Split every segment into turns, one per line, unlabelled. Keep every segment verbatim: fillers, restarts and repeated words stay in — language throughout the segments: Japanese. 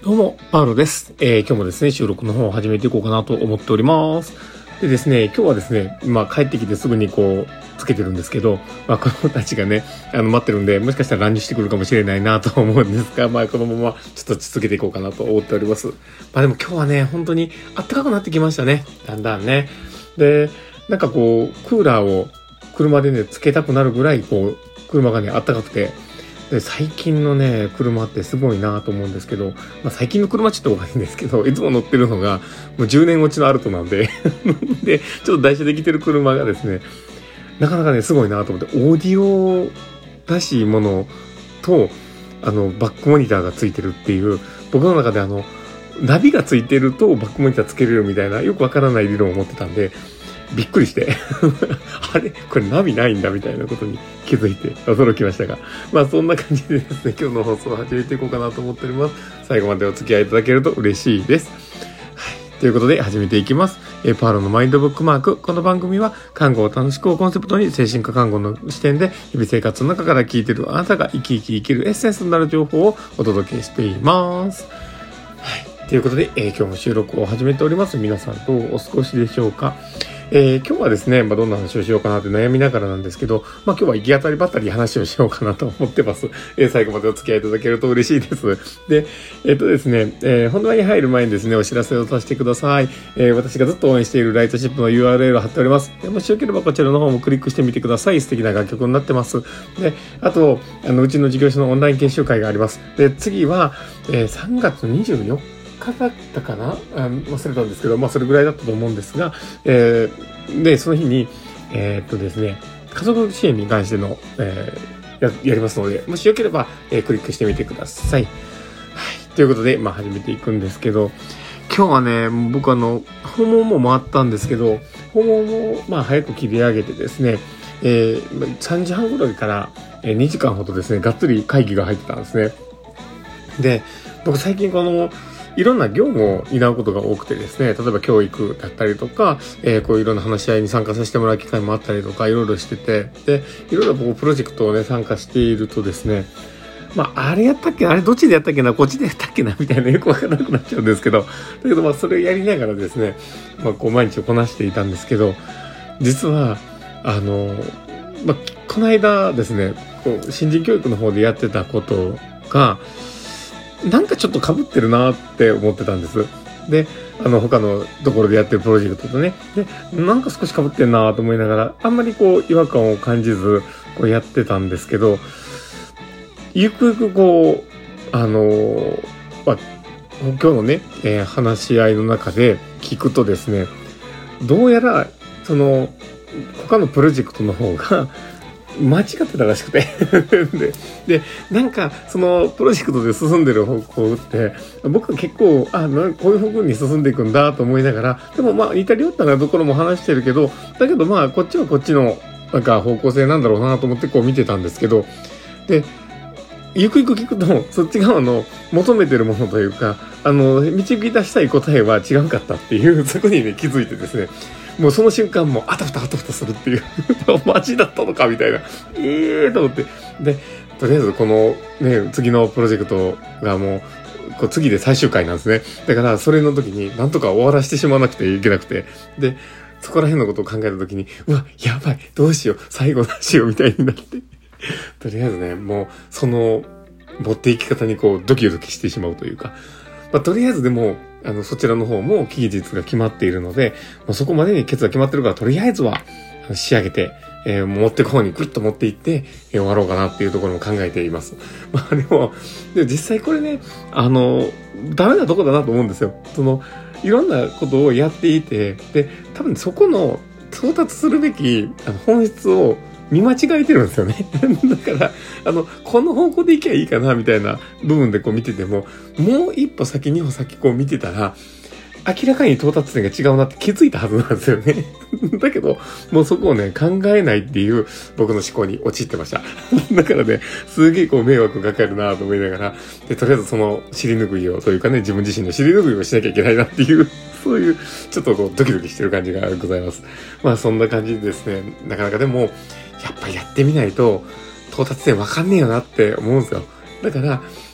どうも、パウロです。えー、今日もですね、収録の方を始めていこうかなと思っております。でですね、今日はですね、まあ帰ってきてすぐにこう、つけてるんですけど、まあ子供たちがね、あの待ってるんで、もしかしたら乱入してくるかもしれないなと思うんですが、まあこのままちょっと続けていこうかなと思っております。まあでも今日はね、本当に暖かくなってきましたね。だんだんね。で、なんかこう、クーラーを車でね、つけたくなるぐらい、こう、車がね、暖かくて、で最近のね、車ってすごいなと思うんですけど、まあ、最近の車ちょっとおかしいんですけど、いつも乗ってるのが、もうじゅうねん落ちのアルトなんで、で、ちょっと台車できてる車がですね、なかなかね、すごいなと思って、オーディオらしいものと、あの、バックモニターがついてるっていう、僕の中であの、ナビがついてるとバックモニターつけれるみたいな、よくわからない理論を持ってたんで、びっくりしてあれこれナビないんだみたいなことに気づいて驚きましたが、まあそんな感じでですね、今日の放送を始めていこうかなと思っております。最後までお付き合いいただけると嬉しいです。はい、ということで始めていきます。えー、パーロのマインドブックマーク。この番組は看護を楽しくをコンセプトに精神科看護の視点で日々生活の中から聞いているあなたが生き生き生きるエッセンスになる情報をお届けしています。はい、ということで、えー、今日も収録を始めております。皆さんどうお過ごしでしょうか。えー、今日はですね、まあ、どんな話をしようかなって悩みながらなんですけど、まあ、今日は行き当たりばったり話をしようかなと思ってます。えー、最後までお付き合いいただけると嬉しいです。で、えっとですね、えー、本題に入る前にですね、お知らせをさせてください。えー、私がずっと応援しているライトシップの ユーアールエル を貼っております。もしよければこちらの方もクリックしてみてください。素敵な楽曲になってます。で、あと、あの、うちの事業所のオンライン研修会があります。で、次は、えー、さんがつにじゅうよっかだったかな、あ忘れたんですけど、まあそれぐらいだったと思うんですが、えー、で、その日に、えー、っとですね、家族支援に関しての、えー、や、やりますので、もしよければ、えー、クリックしてみてください。はい。ということで、まあ始めていくんですけど、今日はね、僕あの、訪問も回ったんですけど、訪問も、まあ早く切り上げてですね、えー、さんじはんぐらいからにじかんほどですね、がっつり会議が入ってたんですね。で、僕最近この、いろんな業務を担うことが多くてですね、例えば教育だったりとか、えー、こういろんな話し合いに参加させてもらう機会もあったりとか、いろいろしてて、で、いろいろ僕プロジェクトをね、参加しているとですね、まあ、あれやったっけな、あれどっちでやったっけな、こっちでやったっけな、みたいなよくわからなくなっちゃうんですけど、だけどまあ、それをやりながらですね、まあ、こう毎日こなしていたんですけど、実は、あの、まあ、この間ですね、こう、新人教育の方でやってたことが、なんかちょっと被ってるなって思ってたんです。で、あの他のところでやってるプロジェクトとね。で、なんか少し被ってんなと思いながら、あんまりこう違和感を感じず、こうやってたんですけど、ゆくゆくこう、あのー、まあ、今日のね、えー、話し合いの中で聞くとですね、どうやら、その、他のプロジェクトの方が、間違ってたらしくてで, でなんかそのプロジェクトで進んでる方向って僕は結構あなこういう方向に進んでいくんだと思いながら、でもまあ似たり寄ったようなところも話してるけど、だけどまあこっちはこっちのなんか方向性なんだろうなと思ってこう見てたんですけど、でゆくゆく聞くとそっち側の求めてるものというか、あの導き出したい答えは違うかったっていう、そこにね気づいてですね、もうその瞬間もあたふたあたふたするっていうマジだったのかみたいな、ええーと思って、でとりあえずこのね次のプロジェクトがもうこう次で最終回なんですね。だからそれの時になんとか終わらせてしまわなくていけなくて、でそこら辺のことを考えた時に、うわやばいどうしよう最後どうしようみたいになってとりあえずねもうその持っていき方にこうドキドキしてしまうというか、まあ、とりあえずでもあのそちらの方も期日が決まっているので、もうそこまでにケツが決まってるからとりあえずは仕上げて、えー、持っていく方にグッと持っていって、えー、終わろうかなっていうところも考えています。まあでも、で実際これね、あのダメなとこだなと思うんですよ。そのいろんなことをやっていて、で多分そこの到達するべきあの本質を見間違えてるんですよね。だから、あの、この方向で行けばいいかな、みたいな部分でこう見てても、もう一歩先、二歩先こう見てたら、明らかに到達点が違うなって気づいたはずなんですよね。だけど、もうそこをね、考えないっていう僕の思考に陥ってました。だからね、すげえこう迷惑がかかるなと思いながら、で、とりあえずその尻拭いを、というかね、自分自身の尻拭いをしなきゃいけないなっていう、そういう、ちょっとこうドキドキしてる感じがございます。まあそんな感じでですね、なかなかでも、やっぱやってみないと到達点わかんねえよなって思うんですよ。だから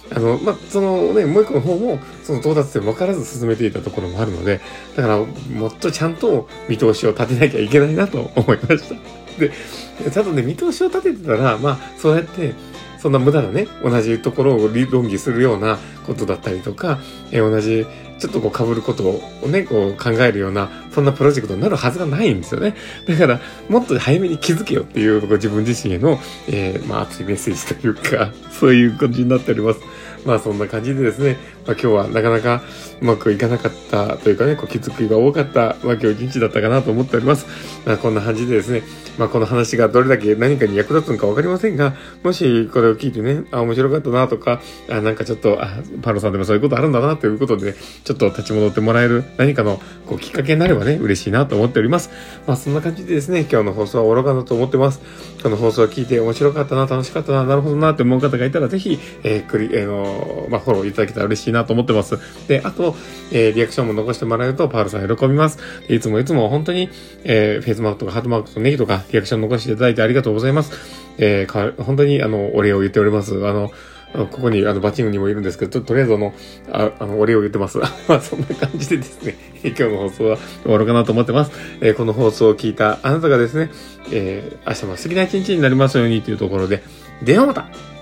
あの、まあ、そのね、もう一個の方も、その到達点分からず進めていたところもあるので、だから、もっとちゃんと見通しを立てなきゃいけないなと思いました。で、ちゃんとね、見通しを立ててたら、まあ、そうやって、そんな無駄なね、同じところを論議するようなことだったりとか、えー、同じ、ちょっとこう被ることをね、こう考えるような、そんなプロジェクトになるはずがないんですよね。だから、もっと早めに気づけよっていう、自分自身への、えー、まあ、熱いメッセージというか、そういう感じになっております。まあそんな感じでですね、まあ今日はなかなかうまくいかなかったというかね、こう気づきが多かった、まあ今日一日だったかなと思っております。まあこんな感じでですね、まあこの話がどれだけ何かに役立つのかわかりませんが、もしこれを聞いてね、あ、面白かったなとか、あ、なんかちょっと、あ、パロさんでもそういうことあるんだなということで、ちょっと立ち戻ってもらえる何かのこうきっかけになればね、嬉しいなと思っております。まあそんな感じでですね、今日の放送は終わろうかなと思ってます。この放送を聞いて面白かったな、楽しかったな、なるほどなって思う方がいたら、ぜひ、えー、クリ、えー、の、まあフォローいただけたら嬉しいなと思ってます。で、あと、えー、リアクションも残してもらえると、パールさん喜びます。いつもいつも本当に、えー、フェイスマークとかハートマークとネギとか、リアクション残していただいてありがとうございます。えー、か、本当に、あの、お礼を言っております。あの、ここに、あの、バチングにもいるんですけど、ちょっととりあえずあの、あ、あの、お礼を言ってます。まあ、そんな感じでですね、今日の放送は終わろうかなと思ってます。えー、この放送を聞いたあなたがですね、えー、明日も素敵な一日になりますようにというところで、ではまた